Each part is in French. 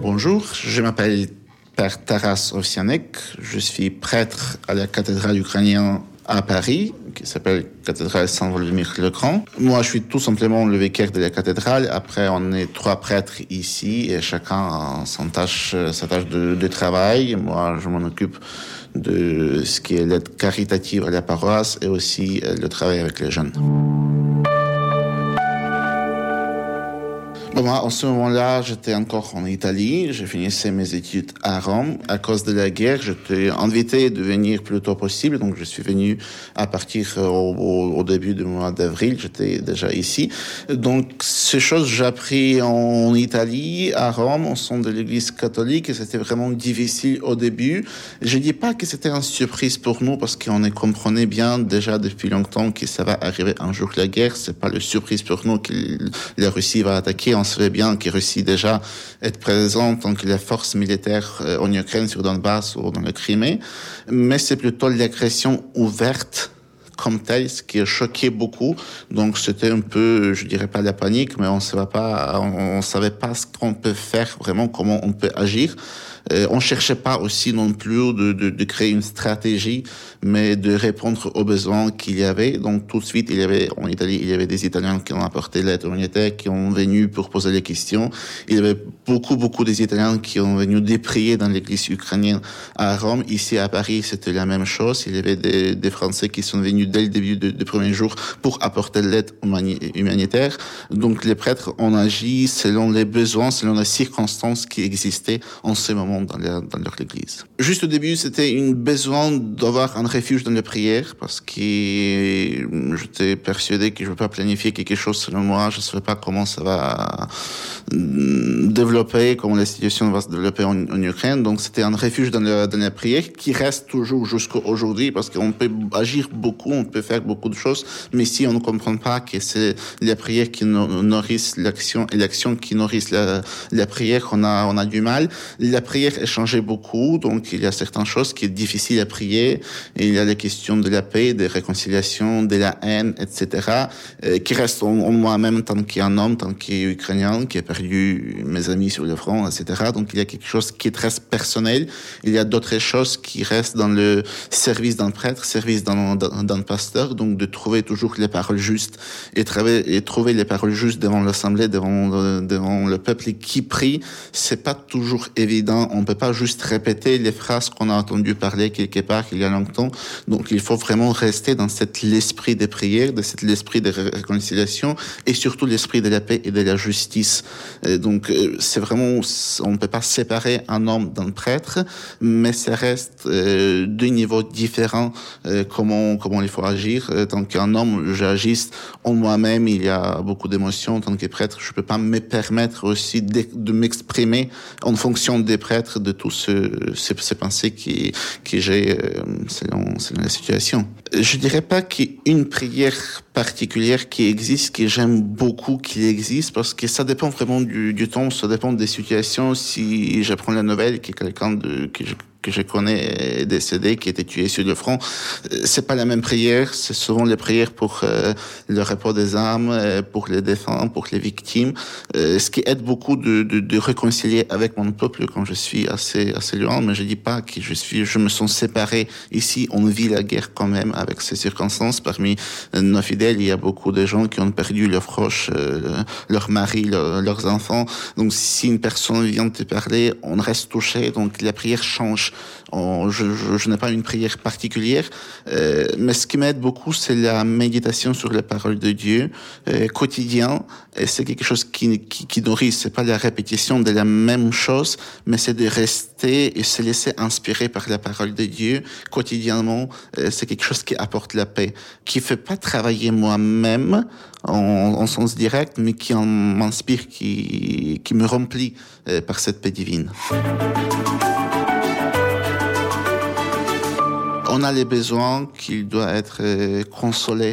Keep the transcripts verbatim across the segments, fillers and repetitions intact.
Bonjour, je m'appelle Père Taras Ovsianek, je suis prêtre à la cathédrale ukrainienne à Paris, qui s'appelle cathédrale Saint-Volodymyr le Grand. Moi, je suis tout simplement le vicaire de la cathédrale. Après, on est trois prêtres ici et chacun a sa tâche, sa tâche de, de travail. Moi, je m'en occupe de ce qui est l'aide caritative à la paroisse et aussi le travail avec les jeunes. Bon, moi, en ce moment-là, j'étais encore en Italie. J'ai finissé mes études à Rome. À cause de la guerre, j'étais invité de venir plus tôt possible. Donc, je suis venu à partir au, au, au début du mois d'avril. J'étais déjà ici. Donc, ces choses, j'ai appris en Italie, à Rome, au sein de l'église catholique. Et c'était vraiment difficile au début. Je dis pas que c'était une surprise pour nous parce qu'on comprenait bien déjà depuis longtemps que ça va arriver un jour la guerre. C'est pas le surprise pour nous que la Russie va attaquer. On savait bien qu'il Russie déjà être présente tant que les forces militaires en Ukraine, sur Donbass ou dans le Crimée. Mais c'est plutôt l'agression ouverte comme telle, ce qui a choqué beaucoup. Donc c'était un peu, je dirais pas la panique, mais on savait pas, on, on savait pas ce qu'on peut faire vraiment, comment on peut agir. Euh, on cherchait pas aussi non plus de, de, de créer une stratégie, mais de répondre aux besoins qu'il y avait. Donc tout de suite, il y avait en Italie, il y avait des Italiens qui ont apporté l'aide humanitaire, qui ont venu pour poser les questions. Il y avait beaucoup, beaucoup des Italiens qui ont venu déprier dans l'église ukrainienne à Rome. Ici à Paris, c'était la même chose. Il y avait des, des Français qui sont venus dès le début du de, premier jour pour apporter l'aide humanitaire. Donc les prêtres ont agi selon les besoins, selon les circonstances qui existaient en ce moment dans leur, dans leur église. Juste au début, c'était une besoin d'avoir un refuge dans la prière parce que j'étais persuadé que je ne peux pas planifier quelque chose selon moi. Je ne savais pas comment ça va développer, comment la situation va se développer en, en Ukraine. Donc c'était un refuge dans la, dans la prière qui reste toujours jusqu'à aujourd'hui parce qu'on peut agir beaucoup, on peut faire beaucoup de choses, mais si on ne comprend pas que c'est la prière qui nourrisse l'action et l'action qui nourrisse la, la prière, on a, on a du mal. La prière a changé beaucoup, donc il y a certaines choses qui sont difficiles à prier. Il y a les questions de la paix, de réconciliation, de la haine, et cetera, euh, qui restent en, en moi-même tant qu'un homme, tant qu'Ukrainien, qui a perdu mes amis sur le front, et cetera. Donc il y a quelque chose qui est très personnel. Il y a d'autres choses qui restent dans le service d'un prêtre, service d'un, d'un, d'un pasteur, donc de trouver toujours les paroles justes et, travailler, et trouver les paroles justes devant l'assemblée, devant, devant le peuple qui prie. C'est pas toujours évident. On peut pas juste répéter les phrases qu'on a entendues parler quelque part il y a longtemps. Donc, il faut vraiment rester dans cet l'esprit de prière, de cet l'esprit de réconciliation et surtout l'esprit de la paix et de la justice. Et donc, c'est vraiment, on ne peut pas séparer un homme d'un prêtre, mais ça reste euh, deux niveaux différents euh, comment comment il faut agir. Euh, tant qu'un homme, j'agisse en moi-même, il y a beaucoup d'émotions. En tant que prêtre, je peux pas me permettre aussi de, de m'exprimer en fonction des prêtres, de tous ce, ces, ces pensées qui, que j'ai euh, selon, selon la situation. Je dirais pas qu'il y ait une prière particulière qui existe, que j'aime beaucoup qu'il existe, parce que ça dépend vraiment du, du temps, ça dépend des situations. Si j'apprends la nouvelle que quelqu'un de, que je que je connais est décédé, qui a été tué sur le front, c'est pas la même prière. C'est souvent les prières pour euh, le repos des âmes, pour les défunts, pour les victimes, euh, ce qui aide beaucoup de, de, de réconcilier avec mon peuple quand je suis assez assez loin. Mais je dis pas que je suis, je me sens séparé. Ici, on vit la guerre quand même avec ces circonstances. Parmi nos fidèles, il y a beaucoup de gens qui ont perdu leurs proches, euh, leurs maris, leur, leurs enfants. Donc, si une personne vient te parler, on reste touché. Donc, la prière change. On, je, je, je n'ai pas une prière particulière, euh, mais ce qui m'aide beaucoup, c'est la méditation sur les paroles de Dieu euh, quotidien. Et c'est quelque chose qui, qui, qui nourrit. C'est pas la répétition de la même chose, mais c'est de rester et se laisser inspirer par la parole de Dieu quotidiennement. Euh, c'est quelque chose qui apporte la paix, qui fait pas travailler moi-même en, en sens direct, mais qui en m'inspire, qui, qui me remplit euh, par cette paix divine. On a les besoins qu'il doit être consolé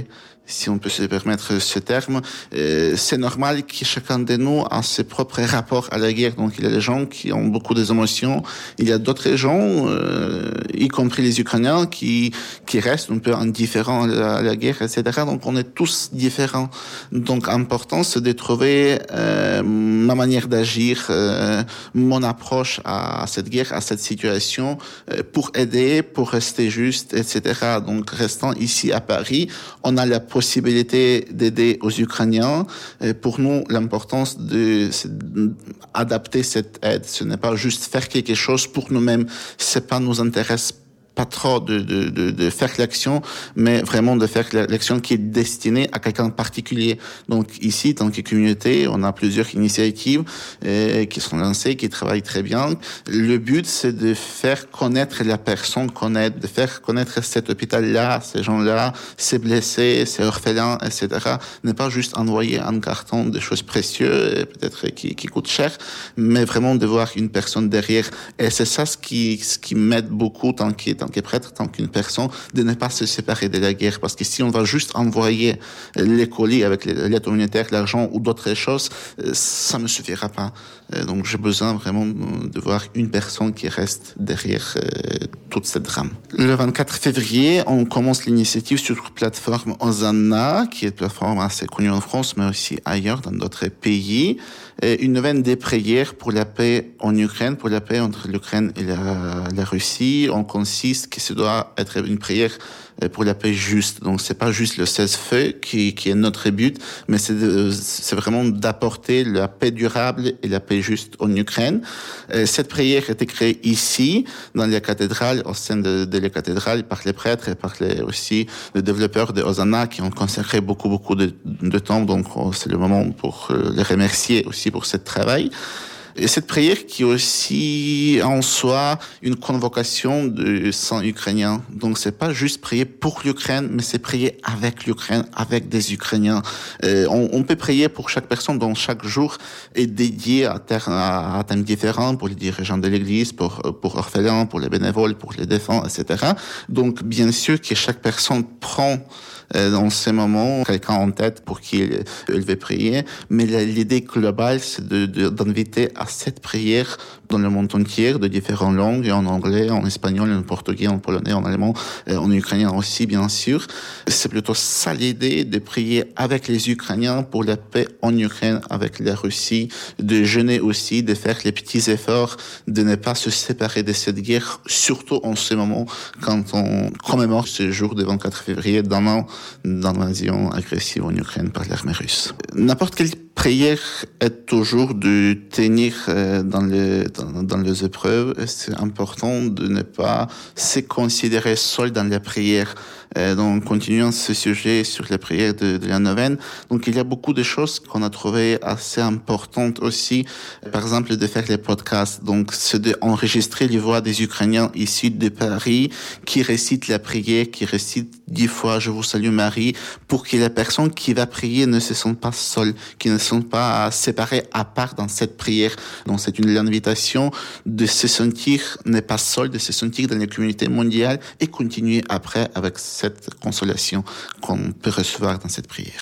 si on peut se permettre ce terme. Euh, c'est normal que chacun de nous a ses propres rapports à la guerre. Donc, il y a des gens qui ont beaucoup d'émotions. Il y a d'autres gens, euh, y compris les Ukrainiens, qui, qui restent un peu indifférents à la, à la guerre, et cetera. Donc, on est tous différents. Donc, important, c'est de trouver euh, ma manière d'agir, euh, mon approche à cette guerre, à cette situation, euh, pour aider, pour rester juste, et cetera. Donc, restant ici à Paris, on a la possibilité d'aider aux Ukrainiens. Et pour nous, l'importance de, c'est d'adapter cette aide. Ce n'est pas juste faire quelque chose pour nous-mêmes. C'est pas nous intéresse pas trop de, de, de, de faire l'action, mais vraiment de faire l'action qui est destinée à quelqu'un de particulier. Donc ici, dans la communauté, on a plusieurs initiatives euh, qui sont lancées, qui travaillent très bien. Le but, c'est de faire connaître la personne qu'on aide, de faire connaître cet hôpital-là, ces gens-là, ces blessés, ces orphelins, et cetera. Ne pas juste envoyer un carton de choses précieuses, peut-être qui, qui coûtent cher, mais vraiment de voir une personne derrière. Et c'est ça ce qui, ce qui m'aide beaucoup tant qu'il tant qu'est prêtre, tant qu'une personne, de ne pas se séparer de la guerre. Parce que si on va juste envoyer les colis avec l'aide humanitaire, l'argent ou d'autres choses, ça ne me suffira pas. Donc j'ai besoin vraiment de voir une personne qui reste derrière toute cette drame. Le vingt-quatre février, on commence l'initiative sur la plateforme Hosanna, qui est une plateforme assez connue en France, mais aussi ailleurs, dans d'autres pays. Une neuvaine des prières pour la paix en Ukraine, pour la paix entre l'Ukraine et la, la Russie. On consiste que ce doit être une prière pour la paix juste. Donc c'est pas juste le cessez-feu qui, qui est notre but, mais c'est, de, c'est vraiment d'apporter la paix durable et la paix juste en Ukraine. Cette prière a été créée ici, dans la cathédrale, au sein de, de la cathédrale, par les prêtres et par les, aussi les développeurs de Hosanna qui ont consacré beaucoup, beaucoup de, de temps. Donc c'est le moment pour les remercier aussi pour ce travail. Et cette prière qui est aussi en soi une convocation de sang ukrainien. Donc c'est pas juste prier pour l'Ukraine, mais c'est prier avec l'Ukraine, avec des Ukrainiens. Euh, on, on peut prier pour chaque personne dont chaque jour est dédié à, ter- à, à thèmes différents, pour les dirigeants de l'Église, pour, pour orphelins, pour les bénévoles, pour les défunts, et cetera. Donc bien sûr que chaque personne prend dans ces moments quelqu'un en tête pour qui elle va prier, mais l'idée globale c'est de, de, d'inviter à cette prière dans le monde entier, de différentes langues, en anglais, en espagnol, en portugais, en polonais, en allemand, en ukrainien aussi bien sûr. C'est plutôt ça l'idée, de prier avec les Ukrainiens pour la paix en Ukraine, avec la Russie, de jeûner aussi, de faire les petits efforts, de ne pas se séparer de cette guerre, surtout en ce moment quand on commémore ce jour du vingt-quatre février d'un an d'invasion agressive en Ukraine par l'armée russe. N'importe quelle prière est toujours de tenir dans les, dans, dans les épreuves. C'est important de ne pas se considérer seul dans la prière. Donc, continuons ce sujet sur la prière de, de la neuvaine. Donc, il y a beaucoup de choses qu'on a trouvées assez importantes aussi. Par exemple, de faire les podcasts. Donc, c'est d'enregistrer les voix des Ukrainiens issus de Paris qui récitent la prière, qui récitent dix fois « Je vous salue Marie » pour que la personne qui va prier ne se sente pas seule, qui ne se sente pas séparée à part dans cette prière. Donc, c'est une invitation de se sentir, n'est pas seul, de se sentir dans la communauté mondiale et continuer après avec cette consolation qu'on peut recevoir dans cette prière.